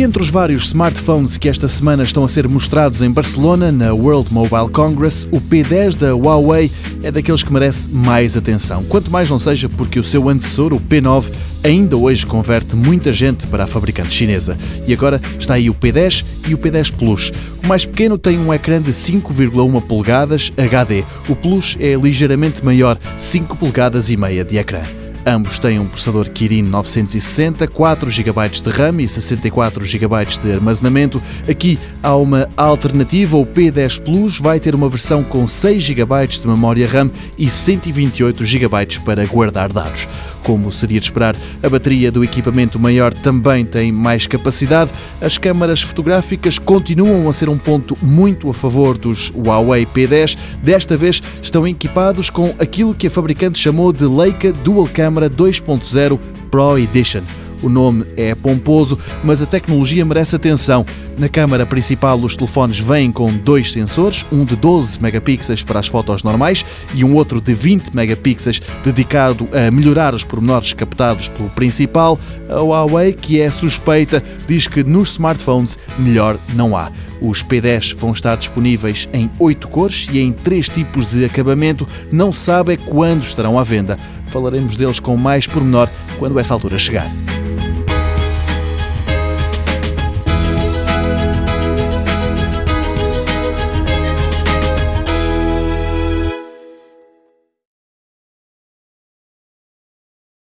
entre os vários smartphones que esta semana estão a ser mostrados em Barcelona, na World Mobile Congress, o P10 da Huawei é daqueles que merece mais atenção. Quanto mais não seja porque o seu antecessor, o P9, ainda hoje converte muita gente para a fabricante chinesa. E agora está aí o P10 e o P10 Plus. O mais pequeno tem um ecrã de 5,1 polegadas HD. O Plus é ligeiramente maior, 5 polegadas e meia de ecrã. Ambos têm um processador Kirin 960, 4 GB de RAM e 64 GB de armazenamento. Aqui há uma alternativa, o P10 Plus vai ter uma versão com 6 GB de memória RAM e 128 GB para guardar dados. Como seria de esperar, a bateria do equipamento maior também tem mais capacidade. As câmaras fotográficas continuam a ser um ponto muito a favor dos Huawei P10. Desta vez estão equipados com aquilo que a fabricante chamou de Leica Dual Camera 2.0 Pro Edition. O nome é pomposo, mas a tecnologia merece atenção. Na câmara principal, os telefones vêm com 2 sensores, um de 12 megapixels para as fotos normais e um outro de 20 megapixels dedicado a melhorar os pormenores captados pelo principal. A Huawei, que é suspeita, diz que nos smartphones melhor não há. Os P10 vão estar disponíveis em 8 cores e em 3 tipos de acabamento. Não se sabe quando estarão à venda. Falaremos deles com mais pormenor quando essa altura chegar.